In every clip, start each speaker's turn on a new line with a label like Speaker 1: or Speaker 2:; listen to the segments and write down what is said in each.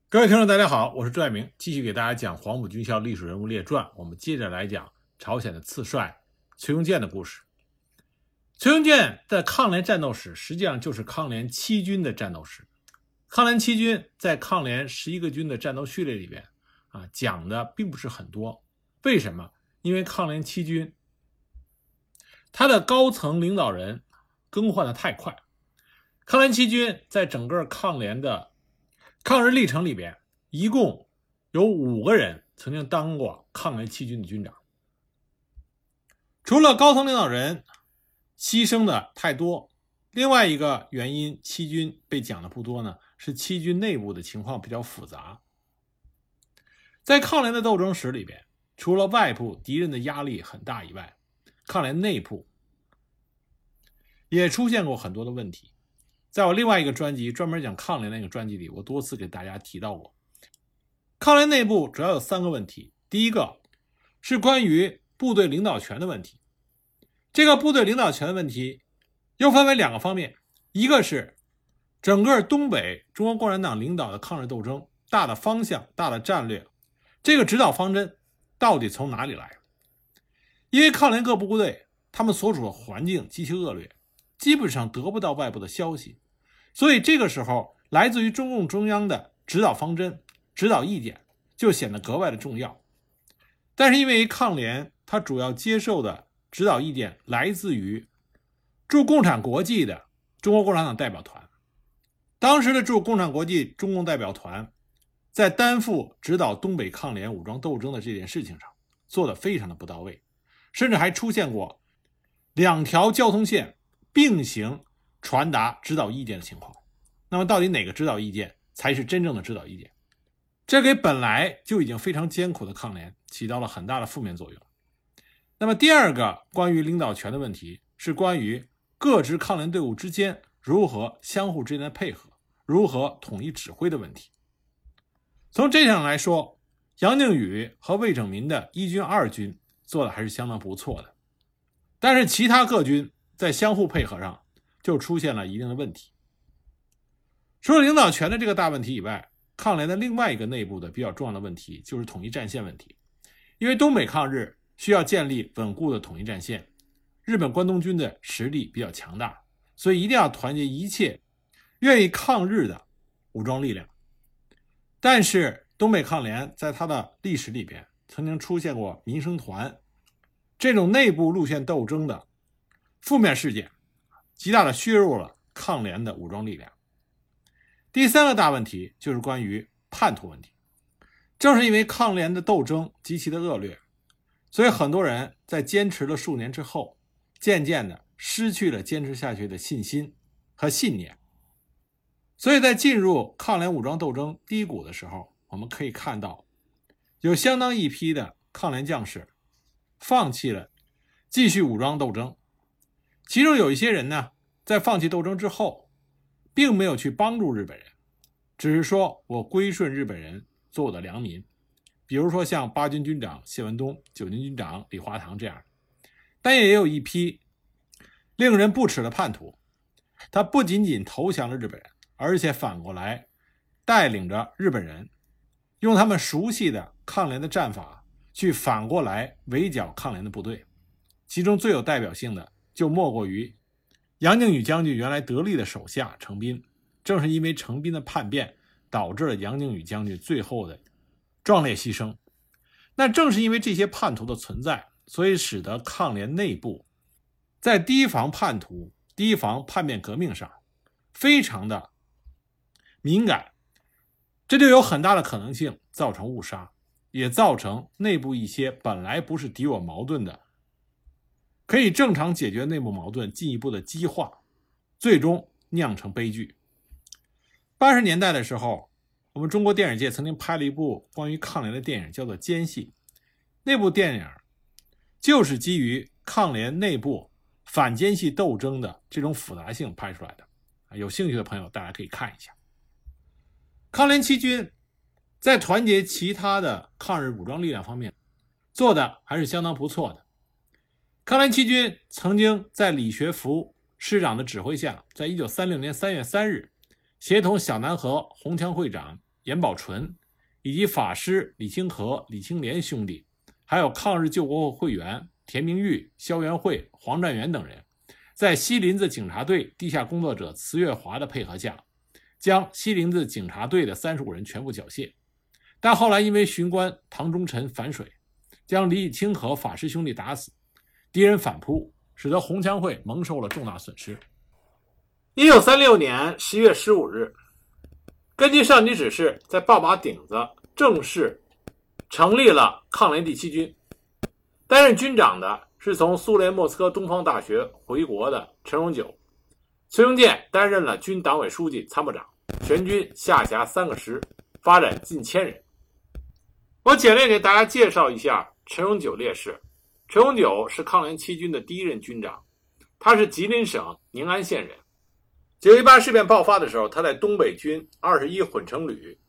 Speaker 1: 各位听众，大家好，我是朱爱明，继续给大家讲黄埔军校历史人物列传。我们接着来讲朝鲜的次帅崔庸健的故事。崔庸健的抗联战斗史实际上就是抗联七军的战斗史。抗联七军在抗联11个军的战斗序列里边讲的并不是很多。为什么？因为抗联七军他的高层领导人更换的太快。抗联七军在整个抗联的抗日历程里边，一共有5个人曾经当过抗联七军的军长。除了高层领导人牺牲的太多，另外一个原因七军被讲的不多呢，是七军内部的情况比较复杂。在抗联的斗争史里边，除了外部敌人的压力很大以外，抗联内部也出现过很多的问题。在我另外一个专辑专门讲抗联那个专辑里，我多次给大家提到过，抗联内部主要有3个问题。第一个是关于部队领导权的问题，这个部队领导权的问题又分为2个方面，一个是整个东北中国共产党领导的抗日斗争大的方向、大的战略，这个指导方针到底从哪里来？因为抗联各部队他们所处的环境极其恶劣，基本上得不到外部的消息，所以这个时候来自于中共中央的指导方针、指导意见就显得格外的重要。但是因为抗联它主要接受的指导意见来自于驻共产国际的中国共产党代表团，当时的驻共产国际中共代表团在担负指导东北抗联武装斗争的这件事情上做得非常的不到位，甚至还出现过2条交通线并行传达指导意见的情况。那么到底哪个指导意见才是真正的指导意见？这给本来就已经非常艰苦的抗联起到了很大的负面作用。那么第二个关于领导权的问题是关于各支抗联队伍之间如何相互之间的配合，如何统一指挥的问题。从这上来说，杨靖宇和魏拯民的1军2军做的还是相当不错的，但是其他各军在相互配合上就出现了一定的问题。除了领导权的这个大问题以外，抗联的另外一个内部的比较重要的问题就是统一战线问题。因为东北抗日需要建立稳固的统一战线，日本关东军的实力比较强大，所以一定要团结一切愿意抗日的武装力量。但是东北抗联在它的历史里边曾经出现过民生团这种内部路线斗争的负面事件，极大的削弱了抗联的武装力量。第3个大问题就是关于叛徒问题。正是因为抗联的斗争极其的恶劣，所以很多人在坚持了数年之后，渐渐的失去了坚持下去的信心和信念。所以在进入抗联武装斗争低谷的时候，我们可以看到有相当一批的抗联将士放弃了继续武装斗争。其中有一些人呢，在放弃斗争之后并没有去帮助日本人，只是说我归顺日本人做我的良民。比如说像8军军长谢文东、9军军长李华堂这样。但也有一批令人不齿的叛徒，他不仅仅投降了日本人，而且反过来带领着日本人用他们熟悉的抗联的战法去反过来围剿抗联的部队。其中最有代表性的就莫过于杨靖宇将军原来得力的手下程彬。正是因为程彬的叛变导致了杨靖宇将军最后的壮烈牺牲。那正是因为这些叛徒的存在，所以使得抗联内部在提防叛徒、提防叛变革命上非常的敏感，这就有很大的可能性造成误杀，也造成内部一些本来不是敌我矛盾的可以正常解决内部矛盾进一步的激化，最终酿成悲剧。80年代的时候，我们中国电影界曾经拍了一部关于抗联的电影，叫做《奸细》。那部电影就是基于抗联内部反奸细斗争的这种复杂性拍出来的。有兴趣的朋友大家可以看一下。抗联七军在团结其他的抗日武装力量方面做的还是相当不错的。抗联七军曾经在李学福师长的指挥下，在1936年3月3日协同小南河红枪会长严宝纯，以及法师李清河、李清莲兄弟，还有抗日救国会员田明玉、萧元惠、黄占元等人，在西林子警察队地下工作者茨月华的配合下，将西林子警察队的35人全部缴械。但后来因为巡官唐忠臣反水，将李以清和法师兄弟打死，敌人反扑，使得红枪会蒙受了重大损失。1936年10月15日，根据上级指示，在抱马顶子正式成立了抗联第7军。担任军长的是从苏联莫斯科东方大学回国的陈荣九，崔庸健担任了军党委书记、参谋长，全军下辖3个师，发展近1000人。我简略给大家介绍一下陈荣九烈士。陈荣九是抗联7军的第1任军长，他是吉林省宁安县人。9·18事变爆发的时候，他在东北军21混成旅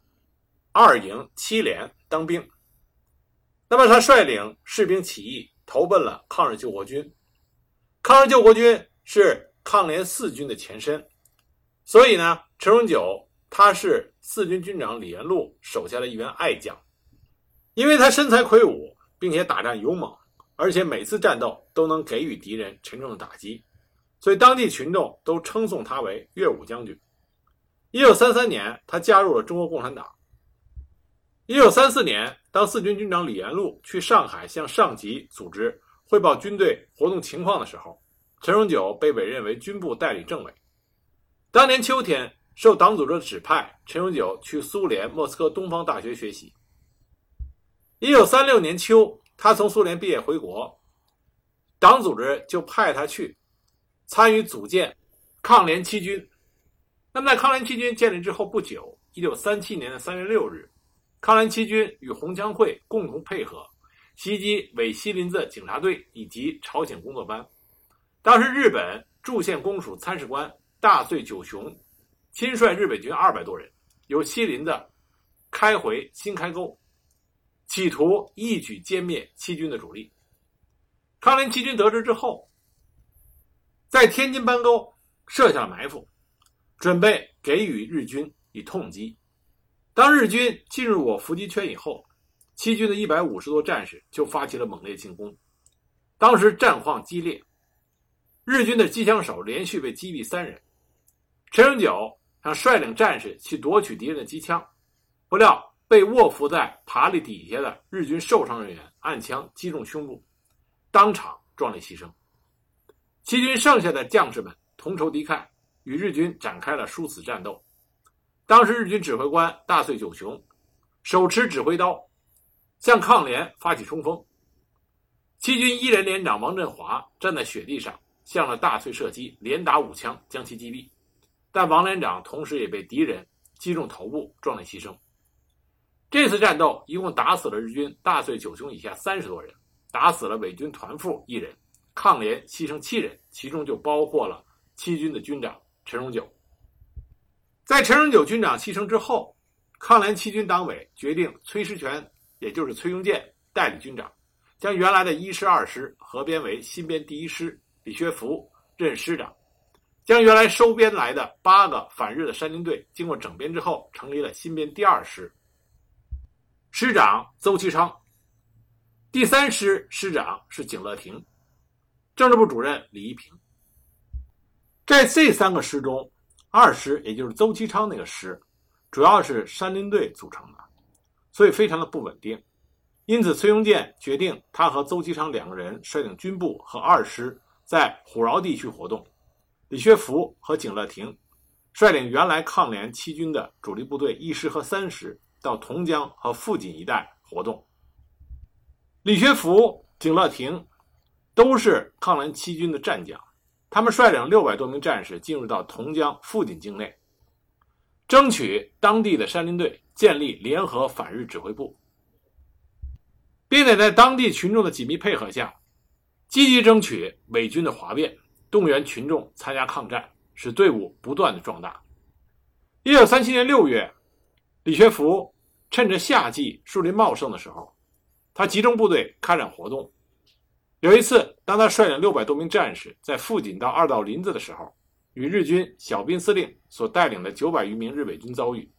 Speaker 1: 2营7连当兵。那么他率领士兵起义，投奔了抗日救国军。抗日救国军是抗联4军的前身，所以呢，陈荣九他是4军军长李延禄手下的一员爱将。因为他身材魁梧，并且打仗勇猛，而且每次战斗都能给予敌人沉重的打击，所以当地群众都称颂他为岳武将军。1933年，他加入了中国共产党。1934年，当4军军长李延禄去上海向上级组织汇报军队活动情况的时候，陈荣九被委任为军部代理政委。当年秋天，受党组织的指派，陈荣九去苏联莫斯科东方大学学习。1936年秋，他从苏联毕业回国，党组织就派他去参与组建抗联7军。那么在抗联7军建立之后不久，1937年的3月6日，抗联7军与红枪会共同配合，袭击伪西林子警察队以及朝鲜工作班。当时日本驻县公署参事官大穗久雄亲率日本军200多人，由西林子开回新开沟，企图一举歼灭7军的主力。抗联7军得知之后，在天津班沟设下了埋伏，准备给予日军以痛击。当日军进入我伏击圈以后，7军的150多战士就发起了猛烈进攻。当时战况激烈，日军的机枪手连续被击毙3人。陈荣九想率领战士去夺取敌人的机枪，不料被卧伏在爬犁底下的日军受伤人员按枪击中胸部，当场壮烈牺牲。7军剩下的将士们同仇敌忾，与日军展开了殊死战斗。当时日军指挥官大穗久雄手持指挥刀向抗联发起冲锋。7军1连连长王振华站在雪地上向着大穗射击，连打5枪将其击毙，但王连长同时也被敌人击中头部，壮烈牺牲。这次战斗一共打死了日军大穗久雄以下30多人，打死了伪军团副1人，抗联牺牲7人，其中就包括了7军的军长陈荣九。在陈荣九军长牺牲之后，抗联7军党委决定崔师全，也就是崔庸健代理军长，将原来的1师2师合编为新编第1师，李学福任师长，将原来收编来的8个反日的山林队经过整编之后，成立了新编第2师，师长邹其昌。第3师师长是景乐亭，政治部主任李一平。在这3个师中，2师也就是邹其昌那个师主要是山林队组成的，所以非常的不稳定。因此崔庸健决定他和邹其昌2个人率领军部和2师在虎饶地区活动，李学福和景乐亭率领原来抗联7军的主力部队1师和3师到同江和富锦一带活动。李学福、景乐亭都是抗联7军的战将，他们率领600多名战士进入到同江、富锦境内，争取当地的山林队建立联合反日指挥部，并且在当地群众的紧密配合下，积极争取伪军的哗变，动员群众参加抗战，使队伍不断的壮大。1937年6月，李学福趁着夏季树林茂盛的时候，他集中部队开展活动。有一次，当他率领600多名战士在富锦到2道林子的时候，与日军小兵司令所带领的900余名日伪军遭遇，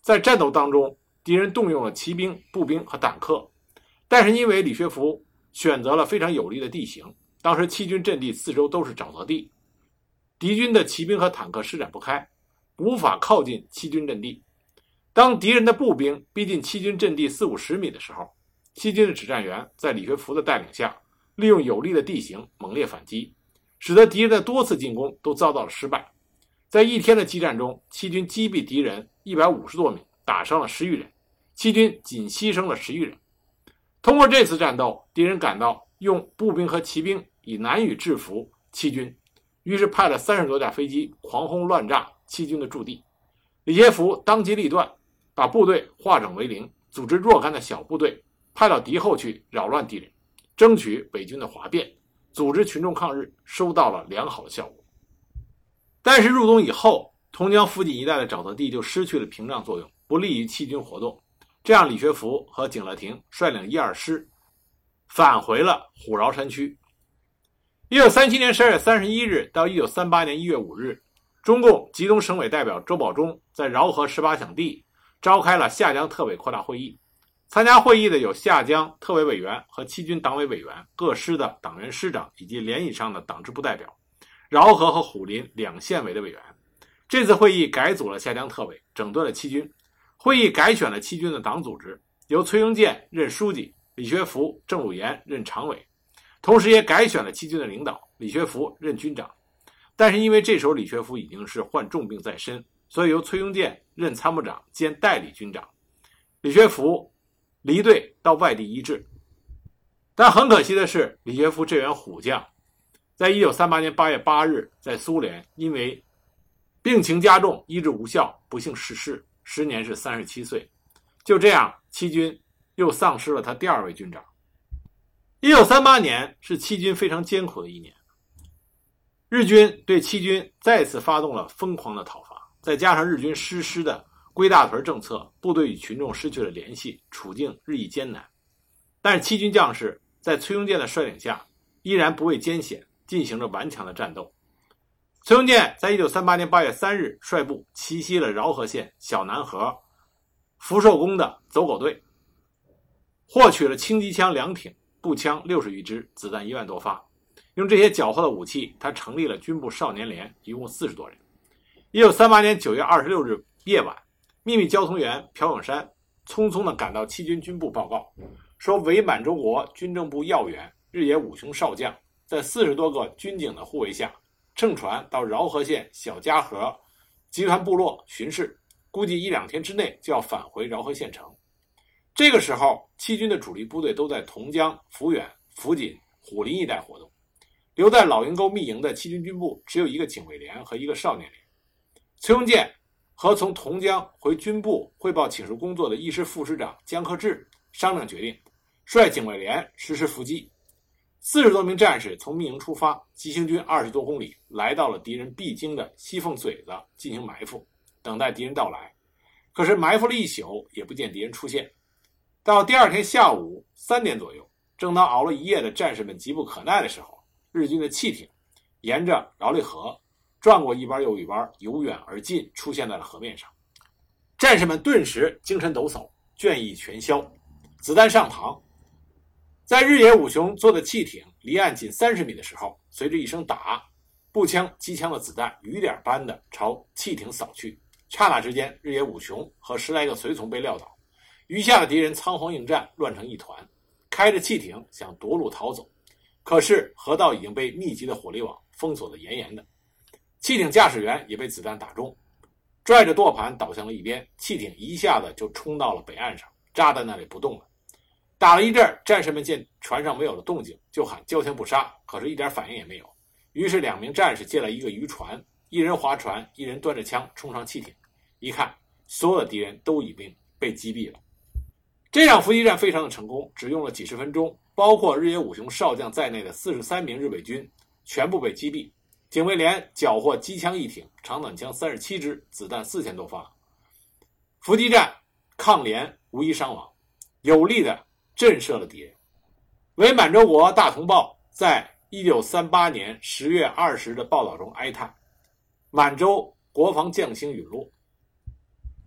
Speaker 1: 在战斗当中，敌人动用了骑兵、步兵和坦克，但是因为李学福选择了非常有利的地形，当时七军阵地四周都是沼泽地，敌军的骑兵和坦克施展不开，无法靠近七军阵地。当敌人的步兵逼近七军阵地40-50米的时候，七军的指战员在李学福的带领下，利用有利的地形猛烈反击，使得敌人的多次进攻都遭到了失败。在一天的激战中，七军击毙敌人150多名，打伤了10余人，七军仅牺牲了10余人。通过这次战斗，敌人感到用步兵和骑兵已难以制服七军，于是派了30多架飞机狂轰乱炸七军的驻地。李学福当机立断，把部队化整为零，组织若干的小部队派到敌后去扰乱敌人，争取伪军的哗变，组织群众抗日，收到了良好的效果。但是入冬以后，同江附近一带的沼泽地就失去了屏障作用，不利于七军活动。这样李学福和景乐亭率领1、2师返回了虎饶山区。1937年12月31日到1938年1月5日，中共吉东省委代表周保中在饶河18响地召开了下江特委扩大会议。参加会议的有下江特委委员和七军党委委员、各师的党员师长以及连以上的党支部代表，饶河和虎林2县委的委员。这次会议改组了下江特委，整顿了七军。会议改选了七军的党组织，由崔庸健任书记，李学福、郑汝炎任常委，同时也改选了七军的领导，李学福任军长。但是因为这时候李学福已经是患重病在身，所以由崔庸健任参谋长兼代理军长，李学福离队到外地医治。但很可惜的是，李学福这员虎将在1938年8月8日在苏联因为病情加重，医治无效，不幸逝世，时年是37岁。就这样，七军又丧失了他第2位军长。1938年是七军非常艰苦的一年，日军对七军再次发动了疯狂的讨伐，再加上日军实施的归大屯政策，部队与群众失去了联系，处境日益艰难。但是七军将士在崔庸健的率领下，依然不畏艰险，进行着顽强的战斗。崔庸健在1938年8月3日率部奇袭了饶河县小南河福寿宫的走狗队，获取了轻机枪2挺、步枪60余支，子弹1万多发。用这些缴获的武器，他成立了军部少年连，一共40多人。1938年9月26日夜晚，秘密交通员朴永山匆匆地赶到七军军部报告，说伪满洲国军政部要员日野武雄少将在40多个军警的护卫下，乘船到饶河县小家河集团部落巡视，估计1、2天之内就要返回饶河县城。这个时候，七军的主力部队都在同江、抚远、福锦、虎林一带活动，留在老鹰沟密营的七军军部只有1个警卫连和1个少年连。崔庸健和从同江回军部汇报请示工作的一师副师长江克志商量决定，率警卫连实施伏击。40多名战士从密营出发，急行军20多公里，来到了敌人必经的西凤嘴子进行埋伏，等待敌人到来。可是埋伏了一宿，也不见敌人出现。到第2天下午3点左右，正当熬了一夜的战士们急不可耐的时候，日军的汽艇沿着饶利河转过一弯又一弯，由远而近，出现在了河面上。战士们顿时精神抖擞，倦意全消，子弹上膛。在日野武雄坐的汽艇离岸仅30米的时候，随着一声打，步枪、机枪的子弹雨点般的朝汽艇扫去。刹那之间，日野武雄和10来个随从被撂倒，余下的敌人仓皇应战，乱成一团，开着汽艇想夺路逃走。可是河道已经被密集的火力网封锁得严严的，汽艇驾驶员也被子弹打中，拽着舵盘倒向了一边，汽艇一下子就冲到了北岸上，扎在那里不动了。打了一阵，战士们见船上没有了动静，就喊交枪不杀，可是一点反应也没有。于是2名战士借了一个渔船，一人划船，一人端着枪冲上汽艇，一看所有的敌人都已经被击毙了。这场伏击战非常的成功，只用了几十分钟，包括日野武雄少将在内的43名日伪军全部被击毙。警卫连缴获机枪1挺、长短枪37支，子弹4000多发。伏击战抗联无一伤亡，有力的震慑了敌人。伪满洲国大同报在1938年10月20日的报道中哀叹：满洲国防将星陨落。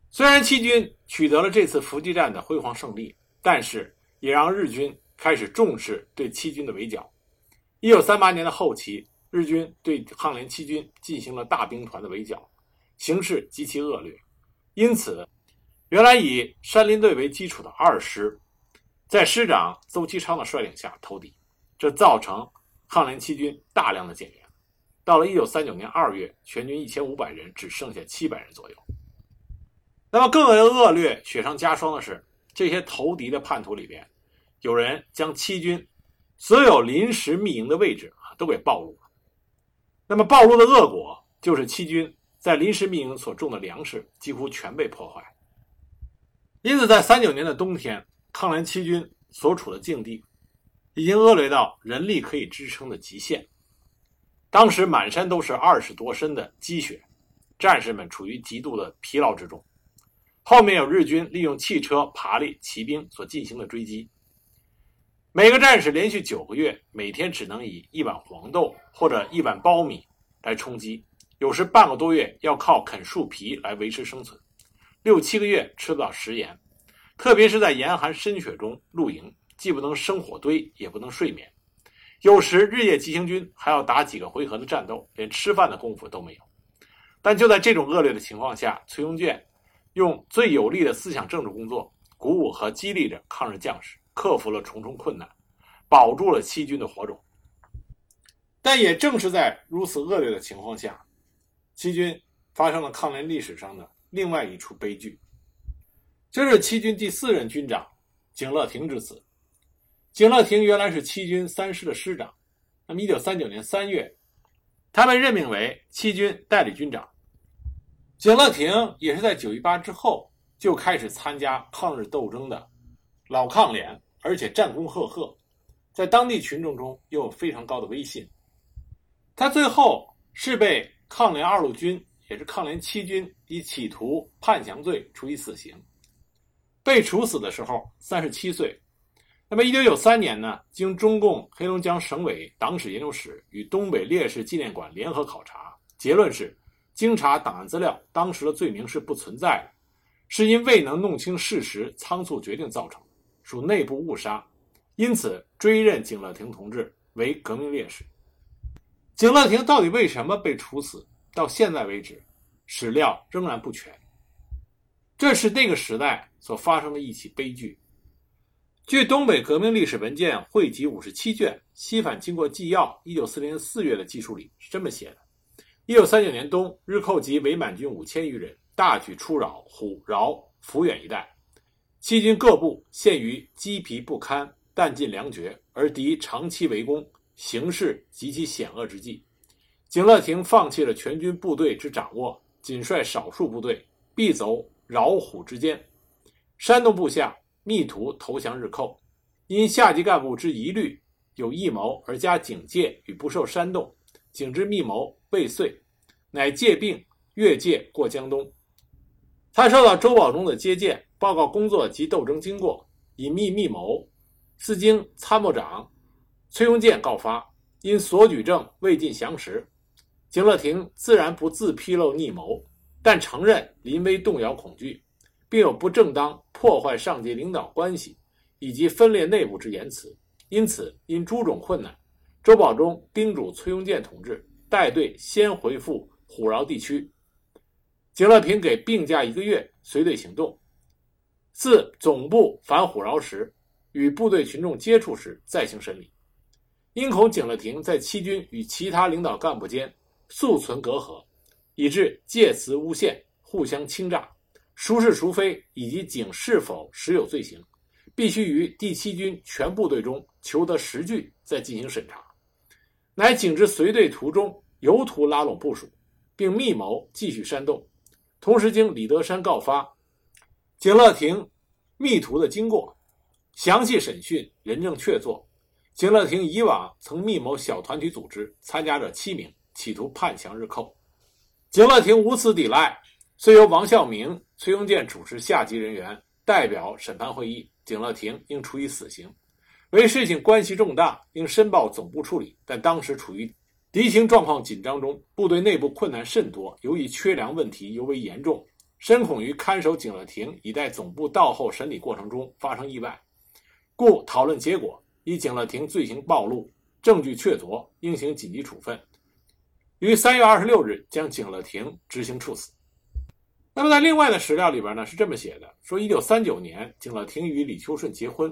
Speaker 1: 虽然七军取得了这次伏击战的辉煌胜利，但是也让日军开始重视对七军的围剿。1938年的后期，日军对抗联七军进行了大兵团的围剿，形势极其恶劣。因此，原来以山林队为基础的二师，在师长邹其昌的率领下投敌，这造成抗联七军大量的减员。到了1939年2月，全军1500人，只剩下700人左右。那么更为恶劣、雪上加霜的是，这些投敌的叛徒里边，有人将七军所有临时密营的位置都给暴露了。那么暴露的恶果就是七军在临时密营所种的粮食几乎全被破坏。因此在39年的冬天，抗联七军所处的境地已经恶劣到人力可以支撑的极限。当时满山都是20多身的积雪，战士们处于极度的疲劳之中。后面有日军利用汽车、爬犁、骑兵所进行的追击。每个战士连续9个月，每天只能以1碗黄豆或者1碗苞米来充饥，有时半个多月要靠啃树皮来维持生存，6、7个月吃不到食盐。特别是在严寒深雪中露营，既不能生火堆，也不能睡眠。有时日夜急行军还要打几个回合的战斗，连吃饭的功夫都没有。但就在这种恶劣的情况下，崔庸健用最有力的思想政治工作鼓舞和激励着抗日将士，克服了重重困难，保住了七军的火种。但也正是在如此恶劣的情况下，七军发生了抗联历史上的另外一出悲剧。这是七军第4任军长景乐亭之死。景乐亭原来是七军3师的师长，那么1939年3月，他被任命为七军代理军长。景乐亭也是在9·18之后就开始参加抗日斗争的老抗联，而且战功赫赫，在当地群众中又有非常高的威信。他最后是被抗联2路军，也是抗联七军以企图叛降罪处以死刑。被处死的时候37岁。那么1993年呢，经中共黑龙江省委党史研究室与东北烈士纪念馆联合考察，结论是经查档案资料，当时的罪名是不存在的，是因未能弄清事实仓促决定造成，属内部误杀，因此追认景乐亭同志为革命烈士。景乐亭到底为什么被处死，到现在为止史料仍然不全。这是那个时代所发生的一起悲剧。据东北革命历史文件汇集57卷西返经过纪要1940年4月的记述里是这么写的：1939年冬，日寇及伪满军5000余人，大举出扰虎饶抚远一带，七军各部陷于饥疲不堪、弹尽粮绝，而敌长期围攻，形势极其险恶之际。景乐亭放弃了全军部队之掌握，仅率少数部队必走饶虎之间，煽动部下密图投降日寇。因下级干部之疑虑有异谋，而加警戒与不受煽动，景之密谋未遂，乃借病越界过江东。他受到周保中的接见，报告工作及斗争经过，隐秘密谋。四经参谋长崔庸健告发，因所举证未尽详实，景乐亭自然不自披露逆谋，但承认临危动摇恐惧，并有不正当破坏上级领导关系以及分裂内部之言辞。因此因诸种困难，周保中叮嘱崔庸健同志带队先回复虎饶地区，景乐亭给病假1个月，随队行动。自总部返虎饶时，与部队群众接触时再行审理。因恐景乐亭在七军与其他领导干部间素存隔阂，以致借词诬陷，互相倾诈，孰是孰非以及景是否实有罪行，必须于第七军全部队中求得实据再进行审查。乃景之随队途中由图拉拢部署，并密谋继续煽动。同时经李德山告发景乐亭密图的经过，详细审讯，人证确凿。景乐亭以往曾密谋小团体组织，参加者7名，企图叛降日寇。景乐亭无此抵赖，虽由王孝明、崔庸健主持下级人员代表审判会议，景乐亭应处以死刑。为事情关系重大，应申报总部处理，但当时处于敌情状况紧张中，部队内部困难甚多，由于缺粮问题尤为严重， 深恐于看守景乐亭已在总部到后审理过程中发生意外，故讨论结果，以景乐亭罪行暴露，证据确凿，应行紧急处分，于3月26日将景乐亭执行处死。那么在另外的史料里边呢，是这么写的，说1939年景乐亭与李秋顺结婚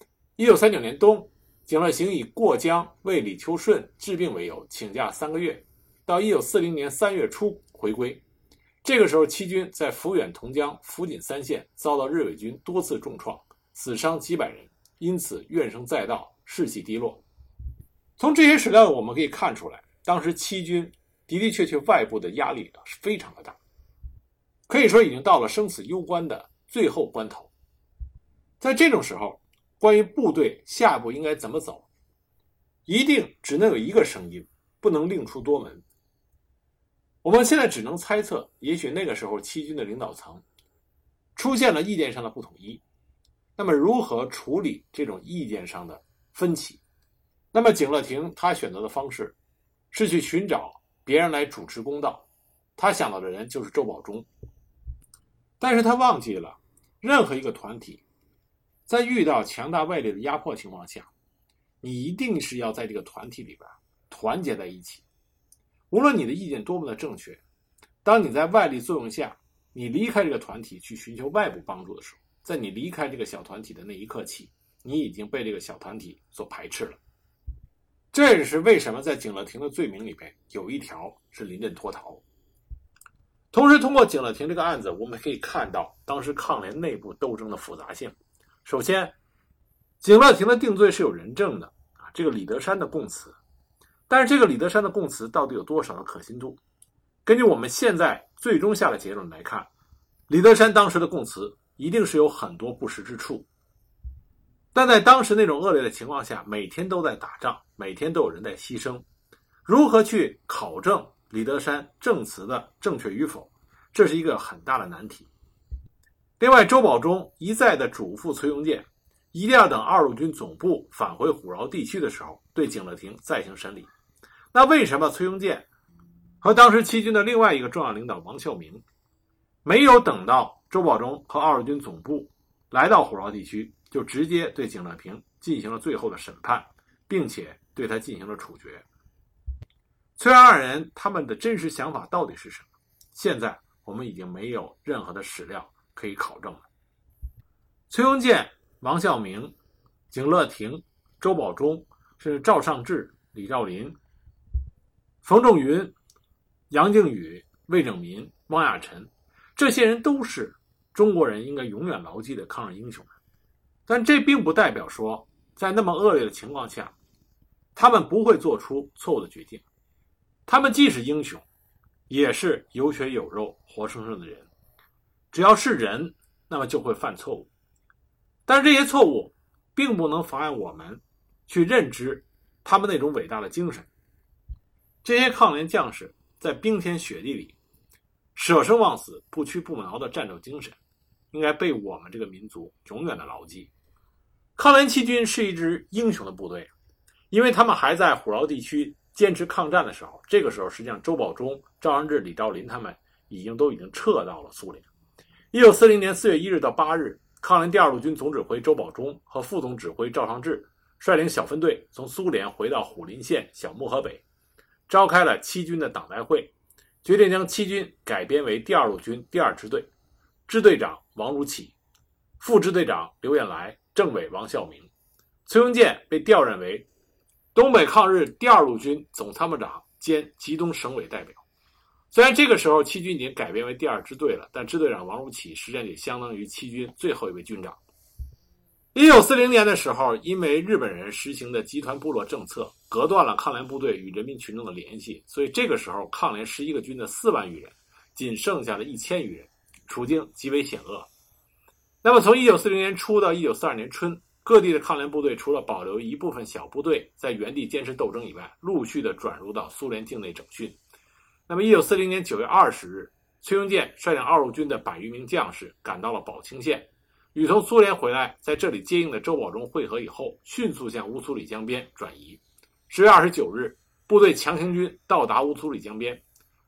Speaker 1: ，1939年冬，景乐亭以过江为李秋顺治病为由请假3个月，到1940年3月初回归。这个时候戚军在抚远、同江、福锦3县遭到日伪军多次重创，死伤几百人，因此怨声载道，士气低落。从这些史料我们可以看出来，当时戚军的确外部的压力是非常的大，可以说已经到了生死攸关的最后关头。在这种时候，关于部队下一步应该怎么走，一定只能有一个声音，不能另出多门。我们现在只能猜测，也许那个时候戚军的领导层出现了意见上的不统一，那么如何处理这种意见上的分歧？那么景乐亭他选择的方式是去寻找别人来主持公道，他想到的人就是周保中。但是他忘记了，任何一个团体在遇到强大外力的压迫情况下，你一定是要在这个团体里边团结在一起。无论你的意见多么的正确，当你在外力作用下，你离开这个团体去寻求外部帮助的时候，在你离开这个小团体的那一刻起，你已经被这个小团体所排斥了。这也是为什么在景乐亭的罪名里边有一条是临阵脱逃。同时通过景乐亭这个案子，我们可以看到当时抗联内部斗争的复杂性。首先，景乐亭的定罪是有人证的，这个李德山的供词，但是这个李德山的供词到底有多少的可信度？根据我们现在最终下的结论来看，李德山当时的供词一定是有很多不实之处。但在当时那种恶劣的情况下，每天都在打仗，每天都有人在牺牲，如何去考证李德山证词的正确与否，这是一个很大的难题。另外，周保中一再的嘱咐崔庸健，一定要等二路军总部返回虎饶地区的时候，对景乐亭再行审理。那为什么崔庸健和当时戚军的另外一个重要领导王孝明没有等到周保中和二路军总部来到虎饶地区，就直接对景乐亭进行了最后的审判，并且对他进行了处决？崔安二人他们的真实想法到底是什么？现在我们已经没有任何的史料可以考证了。崔庸健、王孝明、景乐亭、周保中，甚至赵尚志、李兆林、冯仲云、杨靖宇、魏拯民、汪亚尘，这些人都是中国人应该永远牢记的抗日英雄。但这并不代表说在那么恶劣的情况下，他们不会做出错误的决定。他们既是英雄，也是有血有肉活生生的人。只要是人，那么就会犯错误。但是这些错误并不能妨碍我们去认知他们那种伟大的精神。这些抗联将士在冰天雪地里舍生忘死、不屈不挠的战斗精神，应该被我们这个民族永远的牢记。抗联七军是一支英雄的部队，因为他们还在虎饶地区坚持抗战的时候，这个时候实际上周保中、赵尚志、李兆林他们都已经撤到了苏联。1940年4月1日到8日，抗联第二路军总指挥周保中和副总指挥赵尚志率领小分队从苏联回到虎林县小漠河北，召开了七军的党代会，决定将七军改编为第二路军第二支队，支队长王如启，副支队长刘彦来，政委王孝明。崔庸健被调任为东北抗日第二路军总参谋长兼吉东省委代表。虽然这个时候七军已经改编为第二支队了，但支队长王如启实际上也相当于七军最后一位军长。1940年的时候，因为日本人实行的集团部落政策，隔断了抗联部队与人民群众的联系，所以这个时候抗联11个军的4万余人仅剩下了1000余人，处境极为险恶。那么从1940年初到1942年春，各地的抗联部队除了保留一部分小部队在原地坚持斗争以外，陆续的转入到苏联境内整训。那么1940年9月20日，崔庸健率领二路军的100余名将士赶到了宝清县，与从苏联回来在这里接应的周保中会合以后，迅速向乌苏里江边转移。10月29日，部队强行军到达乌苏里江边，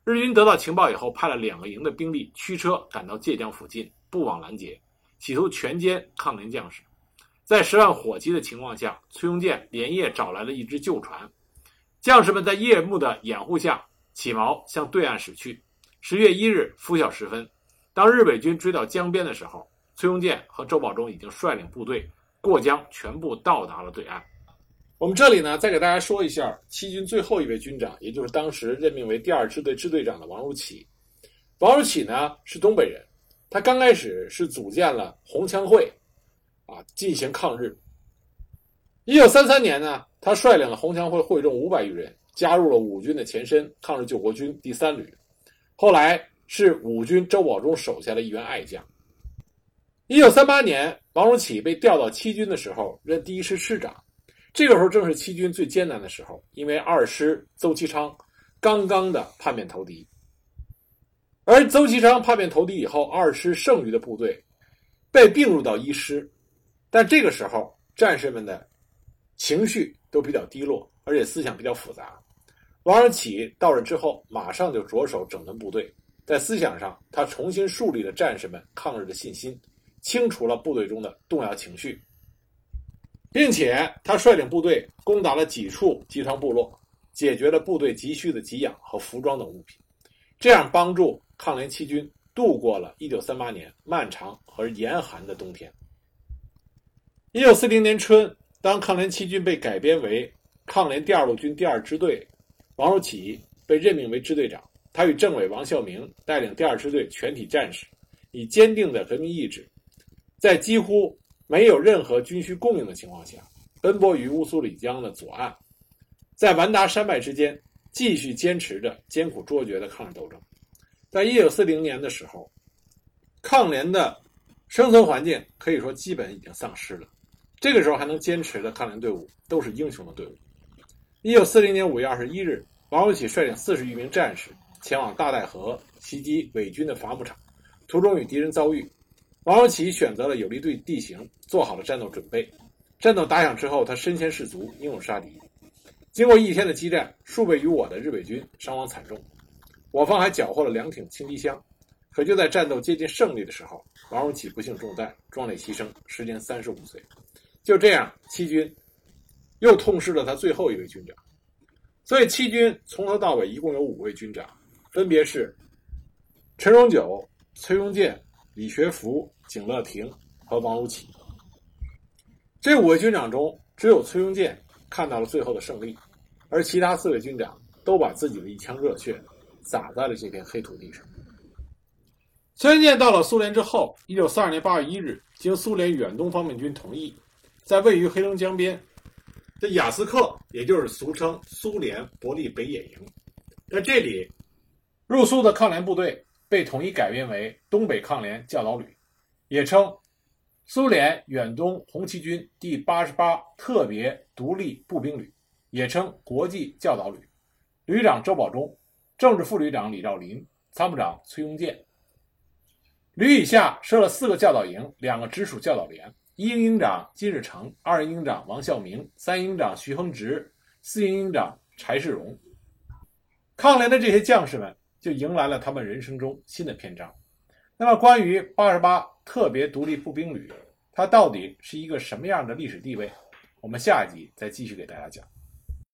Speaker 1: 日军得到情报以后，派了2个营的兵力驱车赶到界江附近，布网拦截，企图全歼抗联将士。在10万火急的情况下，崔庸健连夜找来了一只旧船，将士们在夜幕的掩护下起锚向对岸驶去。10月1日拂晓时分，当日伪军追到江边的时候，崔庸健和周保中已经率领部队过江，全部到达了对岸。我们这里呢，再给大家说一下七军最后一位军长，也就是当时任命为第2支队支队长的王如起。王如起呢是东北人，他刚开始是组建了红枪会进行抗日。1933年呢，他率领了红枪会会众500余人，加入了5军的前身抗日救国军第3旅，后来是5军周保中手下的一员爱将。1938年，王如起被调到七军的时候，任第1师师长。这个时候正是七军最艰难的时候，因为2师邹其昌刚刚的叛变投敌，而邹其昌叛变投敌以后，2师剩余的部队被并入到1师，但这个时候战士们的情绪都比较低落，而且思想比较复杂。王如起到了之后，马上就着手整顿部队，在思想上他重新树立了战士们抗日的信心，清除了部队中的动摇情绪，并且他率领部队攻打了几处集团部落，解决了部队急需的给养和服装等物品，这样帮助抗联七军度过了1938年漫长而严寒的冬天。1940年春，当抗联七军被改编为抗联第2路军第2支队，王如起被任命为支队长。他与政委王孝明带领第2支队全体战士，以坚定的革命意志，在几乎没有任何军需供应的情况下，奔波于乌苏里江的左岸，在完达山脉之间继续坚持着艰苦卓绝的抗日斗争。在1940年的时候，抗联的生存环境可以说基本已经丧失了，这个时候还能坚持的抗联队伍都是英雄的队伍。1940年5月21日，王如起率领40余名战士前往大岱河袭击伪军的伐木场，途中与敌人遭遇。王如起选择了有利地形，做好了战斗准备。战斗打响之后，他身先士卒，英勇杀敌。经过1天的激战，数倍于我的日伪军伤亡惨重，我方还缴获了2挺轻机枪。可就在战斗接近胜利的时候，王如起不幸中弹，壮烈牺牲，时年35岁。就这样，七军又痛失了他最后一位军长。所以七军从头到尾一共有5位军长，分别是陈荣九、崔庸健、李学福、景乐亭和王如起。这5位军长中，只有崔庸健看到了最后的胜利，而其他4位军长都把自己的一腔热血洒在了这片黑土地上。崔庸健到了苏联之后，1942年8月1日，经苏联远东方面军同意，在位于黑龙江边的雅斯克，也就是俗称苏联伯利北野营，在这里入苏的抗联部队被统一改编为东北抗联教导旅，也称苏联远东红旗军第88特别独立步兵旅，也称国际教导旅，旅长周保中，政治副旅长李兆林，参谋长崔庸健。旅以下设了4个教导营，2个直属教导连，1营营长金日成，2营营长王孝明，3营营长徐亨直，4营营长柴世荣。抗联的这些将士们就迎来了他们人生中新的篇章。那么关于88特别独立步兵旅，它到底是一个什么样的历史地位？我们下一集再继续给大家讲。